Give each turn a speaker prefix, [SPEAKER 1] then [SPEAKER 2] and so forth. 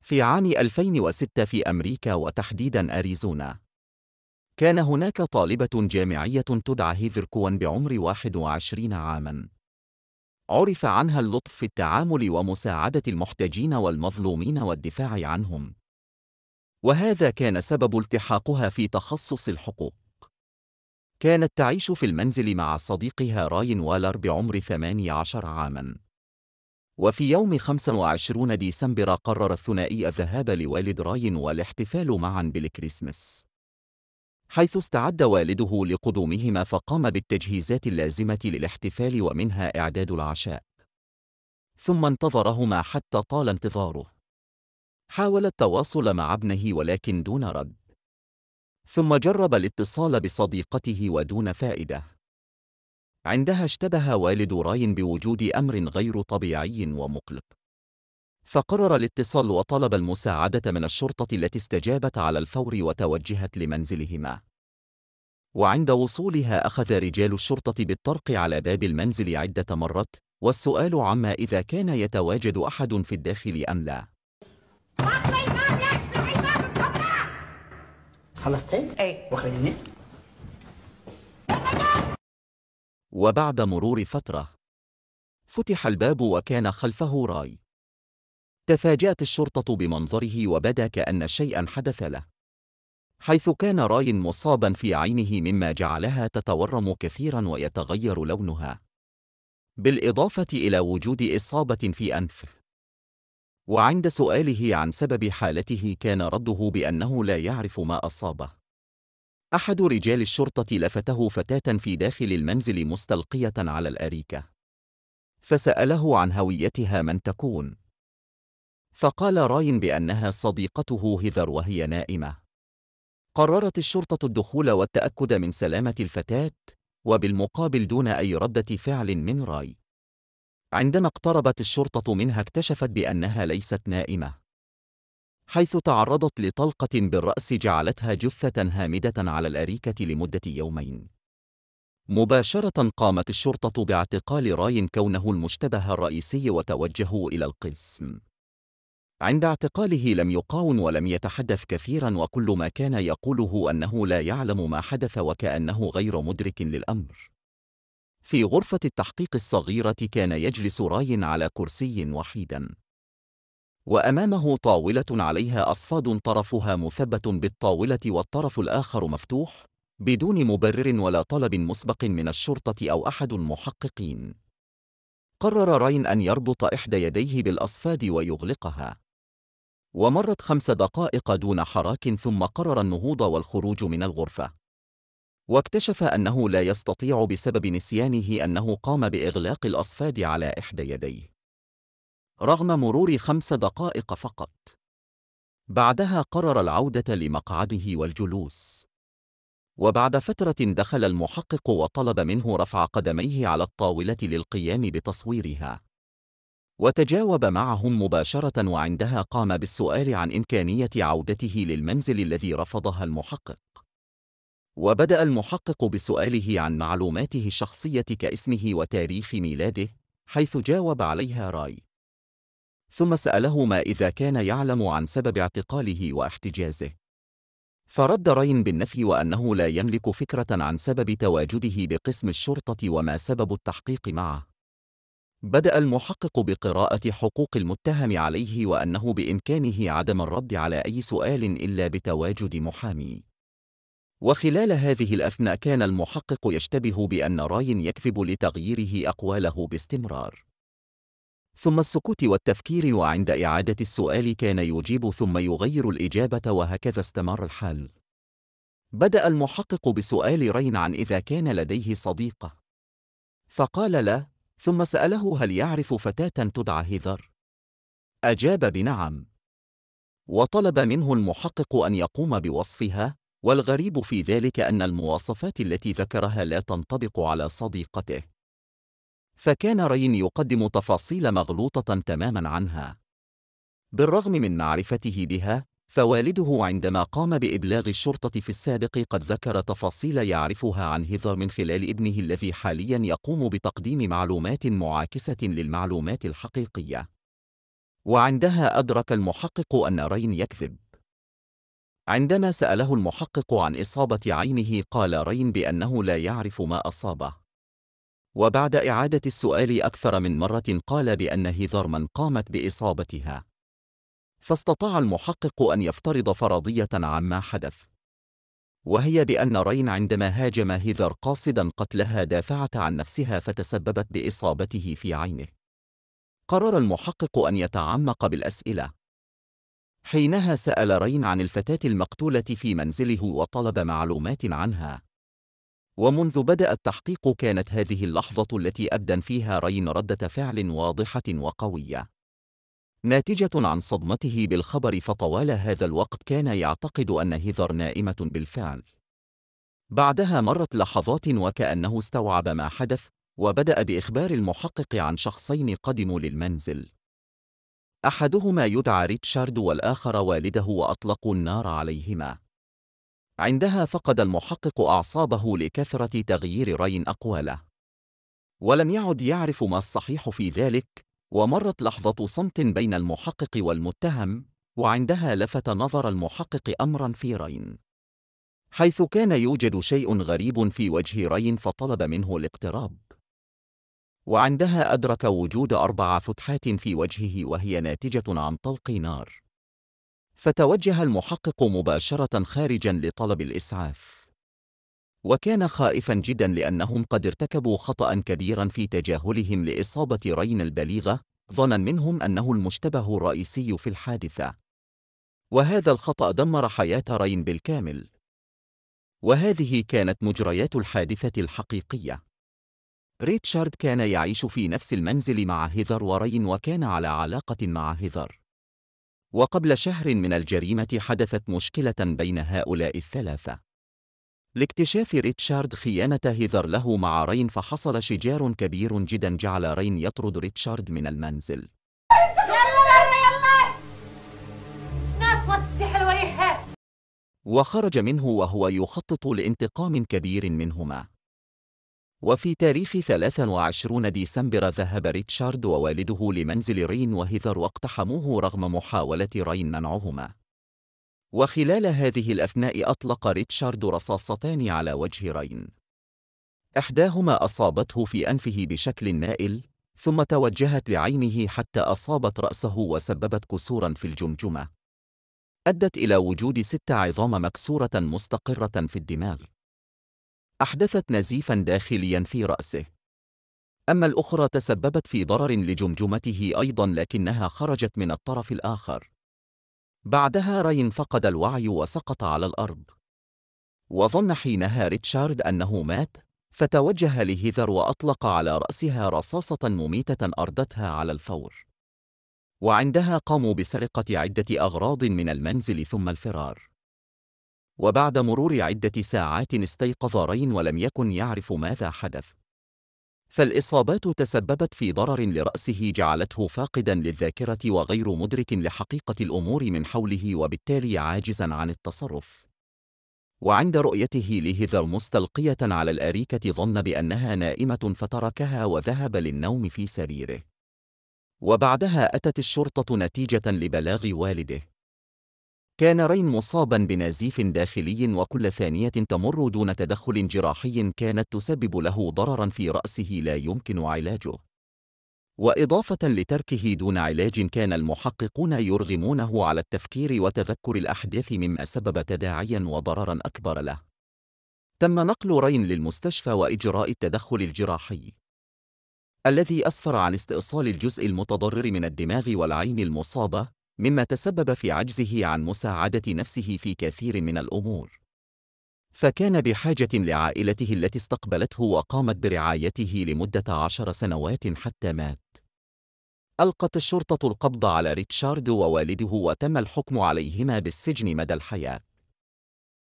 [SPEAKER 1] في عام 2006 في أمريكا وتحديداً أريزونا، كان هناك طالبة جامعية تدعى هيذر كوان بعمر 21 عاماً. عرف عنها اللطف في التعامل ومساعدة المحتاجين والمظلومين والدفاع عنهم، وهذا كان سبب التحاقها في تخصص الحقوق. كانت تعيش في المنزل مع صديقها راين والر بعمر 18 عاماً. وفي يوم 25 ديسمبر قرر الثنائي الذهاب لوالد راين والاحتفال معاً بالكريسماس، حيث استعد والده لقدومهما فقام بالتجهيزات اللازمة للاحتفال ومنها إعداد العشاء. ثم انتظرهما حتى طال انتظاره. حاول التواصل مع ابنه ولكن دون رد. ثم جرب الاتصال بصديقته ودون فائدة. عندها اشتبه والد راين بوجود أمر غير طبيعي ومقلق، فقرر الاتصال وطلب المساعدة من الشرطة التي استجابت على الفور وتوجهت لمنزلهما. وعند وصولها أخذ رجال الشرطة بالطرق على باب المنزل عدة مرات والسؤال عما إذا كان يتواجد أحد في الداخل أم لا.
[SPEAKER 2] خلصتي؟
[SPEAKER 3] ايه.
[SPEAKER 2] واخرجيني؟
[SPEAKER 1] وبعد مرور فترة فتح الباب وكان خلفه راي. تفاجأت الشرطة بمنظره وبدا كأن شيئا حدث له، حيث كان راي مصابا في عينه مما جعلها تتورم كثيرا ويتغير لونها، بالإضافة إلى وجود إصابة في أنفه. وعند سؤاله عن سبب حالته كان رده بأنه لا يعرف ما أصابه. أحد رجال الشرطة لفته فتاة في داخل المنزل مستلقية على الأريكة، فسأله عن هويتها من تكون، فقال راين بأنها صديقته هيذر وهي نائمة. قررت الشرطة الدخول والتأكد من سلامة الفتاة، وبالمقابل دون أي ردة فعل من راي. عندما اقتربت الشرطة منها اكتشفت بأنها ليست نائمة، حيث تعرضت لطلقة بالرأس جعلتها جثة هامدة على الأريكة لمدة يومين. مباشرة قامت الشرطة باعتقال راين كونه المشتبه الرئيسي وتوجهوا إلى القسم. عند اعتقاله لم يقاوم ولم يتحدث كثيرا، وكل ما كان يقوله أنه لا يعلم ما حدث وكأنه غير مدرك للأمر. في غرفة التحقيق الصغيرة كان يجلس راين على كرسي وحيدا، وأمامه طاولة عليها أصفاد طرفها مثبت بالطاولة والطرف الآخر مفتوح، بدون مبرر ولا طلب مسبق من الشرطة أو أحد المحققين. قرر راين أن يربط إحدى يديه بالأصفاد ويغلقها، ومرت 5 دقائق دون حراك، ثم قرر النهوض والخروج من الغرفة، واكتشف أنه لا يستطيع بسبب نسيانه أنه قام بإغلاق الأصفاد على إحدى يديه، رغم مرور 5 دقائق فقط. بعدها قرر العودة لمقعده والجلوس، وبعد فترة دخل المحقق وطلب منه رفع قدميه على الطاولة للقيام بتصويرها، وتجاوب معهم مباشرة، وعندها قام بالسؤال عن إمكانية عودته للمنزل الذي رفضها المحقق. وبدأ المحقق بسؤاله عن معلوماته الشخصية كاسمه وتاريخ ميلاده، حيث جاوب عليها راي. ثم سأله ما إذا كان يعلم عن سبب اعتقاله واحتجازه، فرد راين بالنفي وأنه لا يملك فكرة عن سبب تواجده بقسم الشرطة وما سبب التحقيق معه. بدأ المحقق بقراءة حقوق المتهم عليه وأنه بإمكانه عدم الرد على أي سؤال إلا بتواجد محامي. وخلال هذه الأثناء كان المحقق يشتبه بأن راين يكذب لتغييره أقواله باستمرار، ثم السكوت والتفكير، وعند إعادة السؤال كان يجيب ثم يغير الإجابة، وهكذا استمر الحال. بدأ المحقق بسؤال راين عن إذا كان لديه صديقة، فقال لا، ثم سأله هل يعرف فتاة تدعى هيذر؟ أجاب بنعم، وطلب منه المحقق أن يقوم بوصفها، والغريب في ذلك أن المواصفات التي ذكرها لا تنطبق على صديقته، فكان راين يقدم تفاصيل مغلوطة تماما عنها. بالرغم من معرفته بها، فوالده عندما قام بإبلاغ الشرطة في السابق قد ذكر تفاصيل يعرفها عن هيذر من خلال ابنه الذي حاليا يقوم بتقديم معلومات معاكسة للمعلومات الحقيقية. وعندها أدرك المحقق أن رين يكذب. عندما سأله المحقق عن إصابة عينه قال رين بأنه لا يعرف ما أصابه. وبعد إعادة السؤال أكثر من مرة قال بأن هيثر من قامت بإصابتها. فاستطاع المحقق أن يفترض فرضية عما حدث، وهي بأن رين عندما هاجم هيثر قاصدا قتلها دافعت عن نفسها فتسببت بإصابته في عينه. قرر المحقق أن يتعمق بالأسئلة. حينها سأل رين عن الفتاة المقتولة في منزله وطلب معلومات عنها. ومنذ بدأ التحقيق كانت هذه اللحظة التي أبدى فيها رين ردة فعل واضحة وقوية ناتجة عن صدمته بالخبر، فطوال هذا الوقت كان يعتقد أن هيثر نائمة بالفعل. بعدها مرت لحظات وكأنه استوعب ما حدث، وبدأ بإخبار المحقق عن شخصين قدموا للمنزل. أحدهما يدعى ريتشارد والآخر والده، وأطلقوا النار عليهما. عندها فقد المحقق أعصابه لكثرة تغيير رين أقواله، ولم يعد يعرف ما الصحيح في ذلك. ومرت لحظة صمت بين المحقق والمتهم، وعندها لفت نظر المحقق أمرا في رين، حيث كان يوجد شيء غريب في وجه رين فطلب منه الاقتراب. وعندها أدرك وجود 4 فتحات في وجهه وهي ناتجة عن طلق نار. فتوجه المحقق مباشرة خارجا لطلب الإسعاف، وكان خائفا جدا لأنهم قد ارتكبوا خطأ كبيرا في تجاهلهم لإصابة رين البليغة، ظنا منهم أنه المشتبه الرئيسي في الحادثة، وهذا الخطأ دمر حياة رين بالكامل. وهذه كانت مجريات الحادثة الحقيقية. ريتشارد كان يعيش في نفس المنزل مع هيثر ورين، وكان على علاقة مع هيثر. وقبل شهر من الجريمة حدثت مشكلة بين هؤلاء الثلاثة لاكتشاف ريتشارد خيانة هيثر له مع رين، فحصل شجار كبير جدا جعل رين يطرد ريتشارد من المنزل. وخرج منه وهو يخطط لانتقام كبير منهما. وفي تاريخ 23 ديسمبر ذهب ريتشارد ووالده لمنزل رين وهيثر واقتحموه رغم محاولة رين منعهما. وخلال هذه الأثناء أطلق ريتشارد رصاصتان على وجه رين، إحداهما أصابته في أنفه بشكل نائل، ثم توجهت لعينه حتى أصابت رأسه وسببت كسورا في الجمجمة أدت إلى وجود 6 عظام مكسورة مستقرة في الدماغ، أحدثت نزيفا داخليا في رأسه. أما الأخرى تسببت في ضرر لجمجمته أيضا، لكنها خرجت من الطرف الآخر. بعدها رين فقد الوعي وسقط على الأرض، وظن حينها ريتشارد أنه مات، فتوجه لهيثر وأطلق على رأسها رصاصة مميتة أردتها على الفور. وعندها قاموا بسرقة عدة أغراض من المنزل ثم الفرار. وبعد مرور عدة ساعات استيقظ رين ولم يكن يعرف ماذا حدث، فالإصابات تسببت في ضرر لرأسه جعلته فاقدا للذاكرة وغير مدرك لحقيقة الأمور من حوله، وبالتالي عاجزا عن التصرف. وعند رؤيته لهيثر مستلقية على الأريكة ظن بأنها نائمة فتركها وذهب للنوم في سريره. وبعدها أتت الشرطة نتيجة لبلاغ والده. كان رين مصابا بنزيف داخلي، وكل ثانية تمر دون تدخل جراحي كانت تسبب له ضررا في رأسه لا يمكن علاجه. وإضافة لتركه دون علاج، كان المحققون يرغمونه على التفكير وتذكر الأحداث مما سبب تداعيا وضررا أكبر له. تم نقل رين للمستشفى وإجراء التدخل الجراحي الذي أسفر عن استئصال الجزء المتضرر من الدماغ والعين المصابة، مما تسبب في عجزه عن مساعدة نفسه في كثير من الأمور. فكان بحاجة لعائلته التي استقبلته وقامت برعايته لمدة 10 سنوات حتى مات. ألقت الشرطة القبض على ريتشارد ووالده وتم الحكم عليهما بالسجن مدى الحياة.